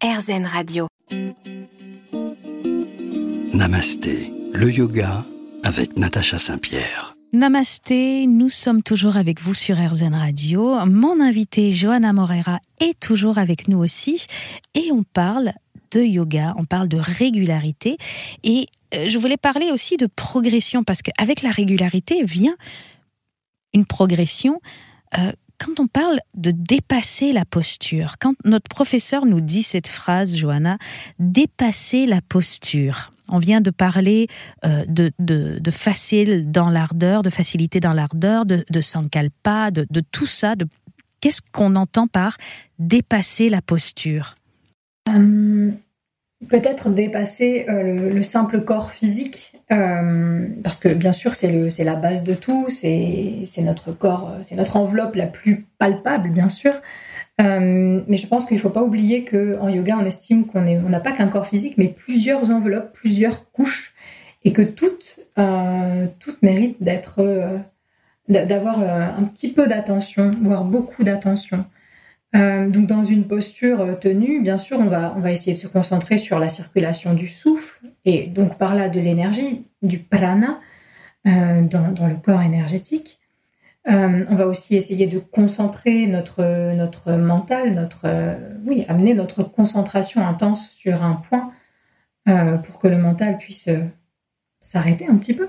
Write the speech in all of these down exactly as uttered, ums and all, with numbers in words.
AirZen Radio. Namasté, le yoga avec Natacha Saint-Pierre. Namasté, nous sommes toujours avec vous sur AirZen Radio. Mon invitée Johanna Moreira est toujours avec nous aussi et on parle de yoga, on parle de régularité et je voulais parler aussi de progression parce qu'avec la régularité vient une progression. Euh, quand on parle de dépasser la posture, quand notre professeur nous dit cette phrase, Johanna, dépasser la posture. On vient de parler euh, de, de, de facile dans l'ardeur, de facilité dans l'ardeur, de, de sankalpa, de, de tout ça. De... Qu'est-ce qu'on entend par dépasser la posture ? Hum, Peut-être dépasser euh, le, le simple corps physique, euh, parce que bien sûr c'est, le, c'est la base de tout, c'est, c'est notre corps, c'est notre enveloppe la plus palpable, bien sûr. Euh, mais je pense qu'il ne faut pas oublier qu'en yoga, on estime qu'on est, on n'a pas qu'un corps physique, mais plusieurs enveloppes, plusieurs couches, et que toutes, euh, toutes méritent d'être, euh, d'avoir un petit peu d'attention, voire beaucoup d'attention. Euh, donc dans une posture tenue, bien sûr, on va, on va essayer de se concentrer sur la circulation du souffle, et donc par là de l'énergie, du prana, euh, dans, dans le corps énergétique. Euh, on va aussi essayer de concentrer notre, notre mental, notre, euh, oui, amener notre concentration intense sur un point euh, pour que le mental puisse euh, s'arrêter un petit peu.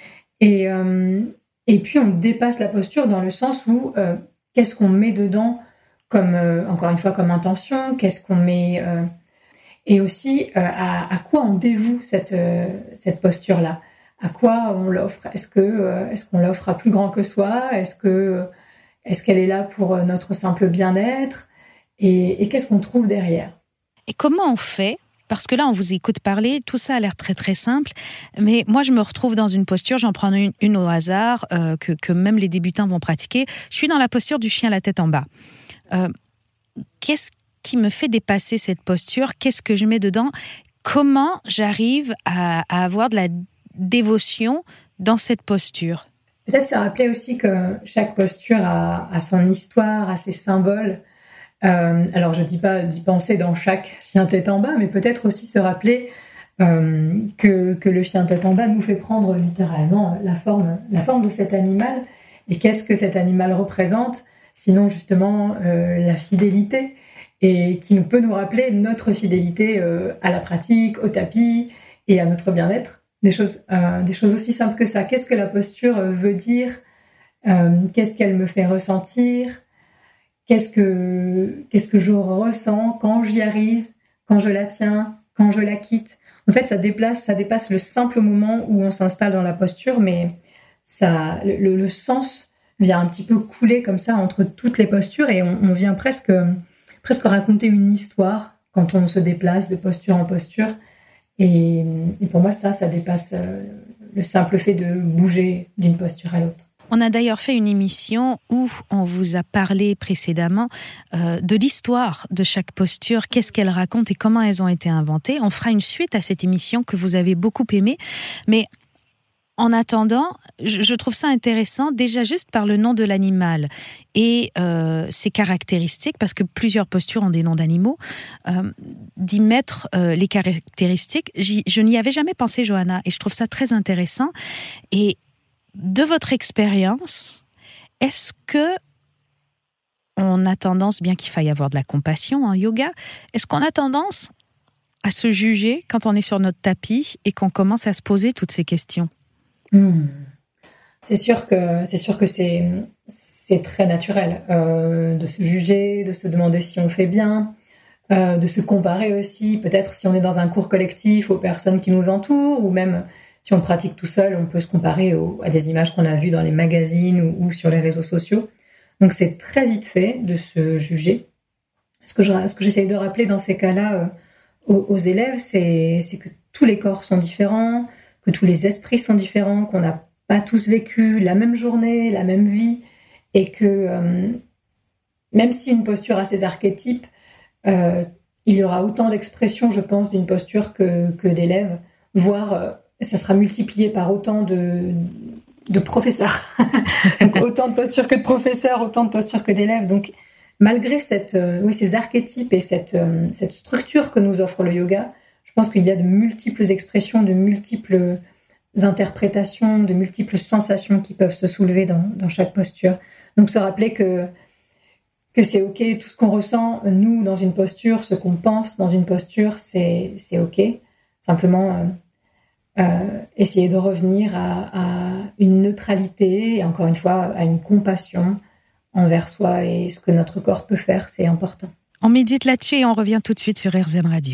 Et, euh, et puis, on dépasse la posture dans le sens où euh, qu'est-ce qu'on met dedans comme, euh, encore une fois, comme intention, qu'est-ce qu'on met... Euh, et aussi, euh, à, à quoi on dévoue cette, euh, cette posture-là. À quoi on l'offre ? Est-ce que euh, est-ce qu'on l'offre à plus grand que soi ? Est-ce que est-ce qu'elle est là pour notre simple bien-être ? Et, et qu'est-ce qu'on trouve derrière ? Et comment on fait ? Parce que là, on vous écoute parler, tout ça a l'air très très simple, mais moi je me retrouve dans une posture, j'en prends une, une au hasard, euh, que, que même les débutants vont pratiquer. Je suis dans la posture du chien la tête en bas. Euh, qu'est-ce qui me fait dépasser cette posture ? Qu'est-ce que je mets dedans ? Comment j'arrive à, à avoir de la dévotion dans cette posture ? Peut-être se rappeler aussi que chaque posture a, a son histoire, a ses symboles. Euh, alors, je ne dis pas d'y penser dans chaque chien tête en bas, mais peut-être aussi se rappeler euh, que, que le chien tête en bas nous fait prendre littéralement la forme, la forme de cet animal. Et qu'est-ce que cet animal représente ? Sinon, justement, euh, la fidélité, et qui nous peut nous rappeler notre fidélité euh, à la pratique, au tapis et à notre bien-être. Des choses, euh, des choses aussi simples que ça. Qu'est-ce que la posture veut dire ? euh, Qu'est-ce qu'elle me fait ressentir ? Qu'est-ce que, qu'est-ce que je ressens quand j'y arrive, quand je la tiens, quand je la quitte ? En fait, ça déplace, ça dépasse le simple moment où on s'installe dans la posture, mais ça, le, le sens vient un petit peu couler comme ça entre toutes les postures et on, on vient presque, presque raconter une histoire quand on se déplace de posture en posture. Et, et pour moi, ça, ça dépasse euh, le simple fait de bouger d'une posture à l'autre. On a d'ailleurs fait une émission où on vous a parlé précédemment euh, de l'histoire de chaque posture, qu'est-ce qu'elle raconte et comment elles ont été inventées. On fera une suite à cette émission que vous avez beaucoup aimée. Mais en attendant, je, je trouve ça intéressant, déjà juste par le nom de l'animal et euh, ses caractéristiques, parce que plusieurs postures ont des noms d'animaux, euh, d'y mettre euh, les caractéristiques. J'y, je n'y avais jamais pensé, Johanna, et je trouve ça très intéressant. Et de votre expérience, est-ce que on a tendance, bien qu'il faille avoir de la compassion en yoga, est-ce qu'on a tendance à se juger quand on est sur notre tapis et qu'on commence à se poser toutes ces questions ? Mmh. C'est sûr que c'est sûr que c'est c'est très naturel euh, de se juger, de se demander si on fait bien, euh, de se comparer aussi. Peut-être si on est dans un cours collectif aux personnes qui nous entourent, ou même si on pratique tout seul, on peut se comparer aux, à des images qu'on a vues dans les magazines ou, ou sur les réseaux sociaux. Donc c'est très vite fait de se juger. Ce que je, ce que j'essaye de rappeler dans ces cas-là euh, aux, aux élèves, c'est c'est que tous les corps sont différents, que tous les esprits sont différents, qu'on n'a pas tous vécu la même journée, la même vie, et que euh, même si une posture a ses archétypes, euh, il y aura autant d'expressions, je pense, d'une posture que, que d'élèves, voire euh, ça sera multiplié par autant de, de professeurs. Donc autant de postures que de professeurs, autant de postures que d'élèves. Donc malgré cette, euh, oui, ces archétypes et cette, euh, cette structure que nous offre le yoga, je pense qu'il y a de multiples expressions, de multiples interprétations, de multiples sensations qui peuvent se soulever dans, dans chaque posture. Donc se rappeler que, que c'est OK, tout ce qu'on ressent, nous, dans une posture, ce qu'on pense dans une posture, c'est, c'est OK. Simplement, euh, euh, essayer de revenir à, à une neutralité, et encore une fois, à une compassion envers soi et ce que notre corps peut faire, c'est important. On médite là-dessus et on revient tout de suite sur R Z N Radio.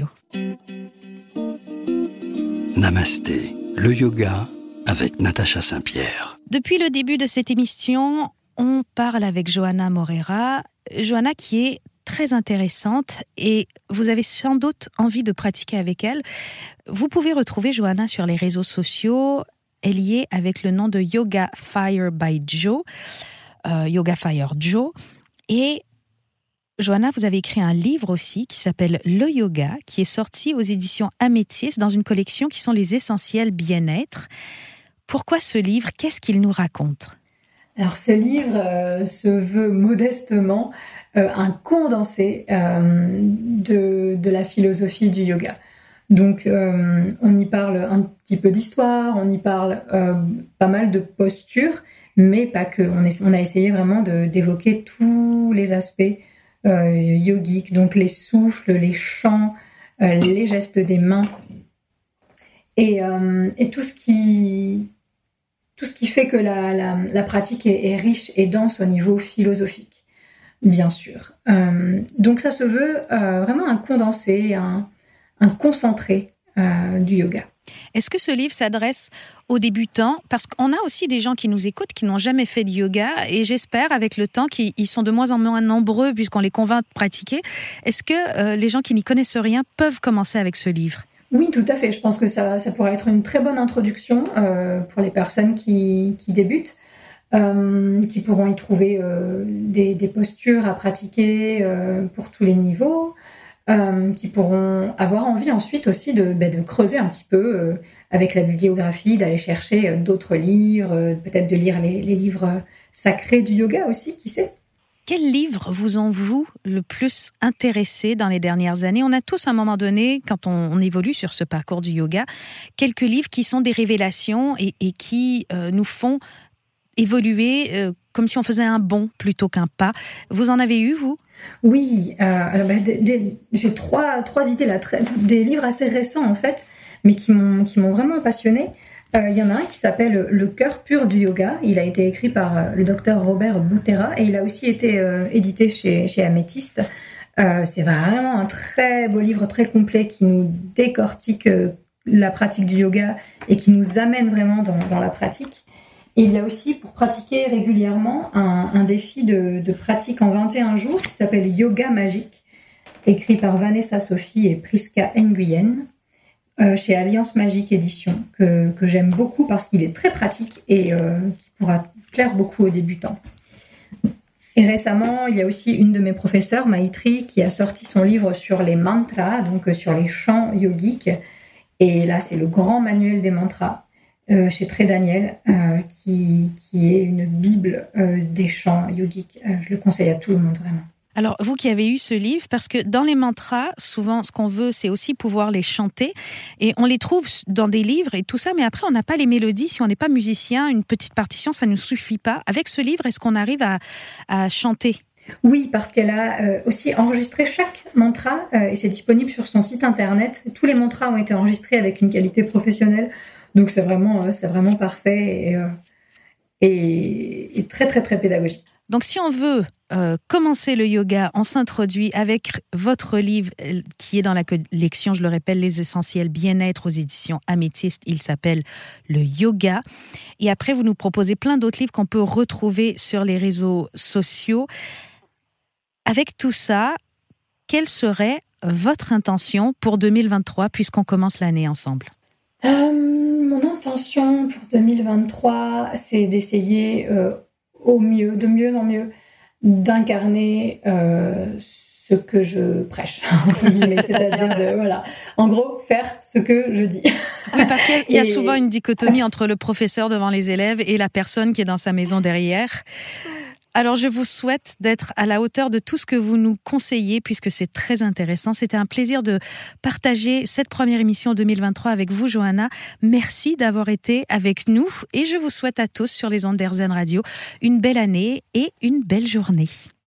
Namasté, le yoga avec Natacha Saint-Pierre. Depuis le début de cette émission, on parle avec Johanna Moreira. Johanna qui est très intéressante et vous avez sans doute envie de pratiquer avec elle. Vous pouvez retrouver Johanna sur les réseaux sociaux. Elle y est avec le nom de Yoga Fire by Joe, euh, Yoga Fire Joe. Et Johanna, vous avez écrit un livre aussi qui s'appelle Le Yoga, qui est sorti aux éditions Améthyste dans une collection qui sont les essentiels bien-être. Pourquoi ce livre ? Qu'est-ce qu'il nous raconte ? Alors ce livre euh, se veut modestement euh, un condensé euh, de, de la philosophie du yoga. Donc euh, on y parle un petit peu d'histoire, on y parle euh, pas mal de postures, mais pas que. On, est, on a essayé vraiment de, d'évoquer tous les aspects Euh, yogique, donc les souffles, les chants, euh, les gestes des mains et, euh, et tout ce qui tout ce qui fait que la, la, la pratique est, est riche et dense au niveau philosophique, bien sûr. Euh, donc ça se veut euh, vraiment un condensé, un, un concentré euh, du yoga. Est-ce que ce livre s'adresse aux débutants ? Parce qu'on a aussi des gens qui nous écoutent qui n'ont jamais fait de yoga et j'espère avec le temps qu'ils sont de moins en moins nombreux puisqu'on les convainc de pratiquer. Est-ce que euh, les gens qui n'y connaissent rien peuvent commencer avec ce livre ? Oui, tout à fait. Je pense que ça, ça pourrait être une très bonne introduction euh, pour les personnes qui, qui débutent, euh, qui pourront y trouver euh, des, des postures à pratiquer euh, pour tous les niveaux. Euh, qui pourront avoir envie ensuite aussi de, bah, de creuser un petit peu euh, avec la bibliographie, d'aller chercher euh, d'autres livres, euh, peut-être de lire les, les livres sacrés du yoga aussi, qui sait. Quels livres vous ont, vous, le plus intéressé dans les dernières années ? On a tous, à un moment donné, quand on, on évolue sur ce parcours du yoga, quelques livres qui sont des révélations et, et qui euh, nous font évoluer euh, comme si on faisait un bond plutôt qu'un pas. Vous en avez eu, vous ? Oui, euh, alors, bah, des, des, j'ai trois, trois idées là, très, des livres assez récents en fait, mais qui m'ont, qui m'ont vraiment passionnée. Euh, il y en a un qui s'appelle Le cœur pur du yoga. Il a été écrit par euh, le docteur Robert Boutera et il a aussi été euh, édité chez, chez Améthyste. Euh, c'est vraiment un très beau livre, très complet, qui nous décortique euh, la pratique du yoga et qui nous amène vraiment dans, dans la pratique. Et il y a aussi, pour pratiquer régulièrement, un, un défi de, de pratique en vingt et un jours qui s'appelle Yoga Magique, écrit par Vanessa Sophie et Priska Nguyen, euh, chez Alliance Magique Édition, que, que j'aime beaucoup parce qu'il est très pratique et euh, qui pourra plaire beaucoup aux débutants. Et récemment, il y a aussi une de mes professeurs, Maitri, qui a sorti son livre sur les mantras, donc sur les chants yogiques. Et là, c'est le grand manuel des mantras. Euh, chez Très Daniel, euh, qui, qui est une bible euh, des chants yogiques. Euh, je le conseille à tout le monde, vraiment. Alors, vous qui avez eu ce livre, parce que dans les mantras, souvent, ce qu'on veut, c'est aussi pouvoir les chanter. Et on les trouve dans des livres et tout ça, mais après, on n'a pas les mélodies. Si on n'est pas musicien, une petite partition, ça ne nous suffit pas. Avec ce livre, est-ce qu'on arrive à, à chanter ? Oui, parce qu'elle a euh, aussi enregistré chaque mantra euh, et c'est disponible sur son site internet. Tous les mantras ont été enregistrés avec une qualité professionnelle. Donc, c'est vraiment, c'est vraiment parfait et, euh, et, et très, très, très pédagogique. Donc, si on veut euh, commencer le yoga, on s'introduit avec votre livre qui est dans la collection, je le répète, Les Essentiels Bien-être aux éditions Améthyste. Il s'appelle Le Yoga. Et après, vous nous proposez plein d'autres livres qu'on peut retrouver sur les réseaux sociaux. Avec tout ça, quelle serait votre intention pour deux mille vingt-trois, puisqu'on commence l'année ensemble ? Euh, mon intention pour deux mille vingt-trois, c'est d'essayer euh, au mieux, de mieux en mieux, d'incarner euh, ce que je prêche, entre guillemets, c'est-à-dire de, voilà, en gros, faire ce que je dis. Oui, parce qu'il y a et... souvent une dichotomie entre le professeur devant les élèves et la personne qui est dans sa maison derrière. Alors, je vous souhaite d'être à la hauteur de tout ce que vous nous conseillez, puisque c'est très intéressant. C'était un plaisir de partager cette première émission deux mille vingt-trois avec vous, Johanna. Merci d'avoir été avec nous et je vous souhaite à tous sur les ondes d'Airzen Radio une belle année et une belle journée.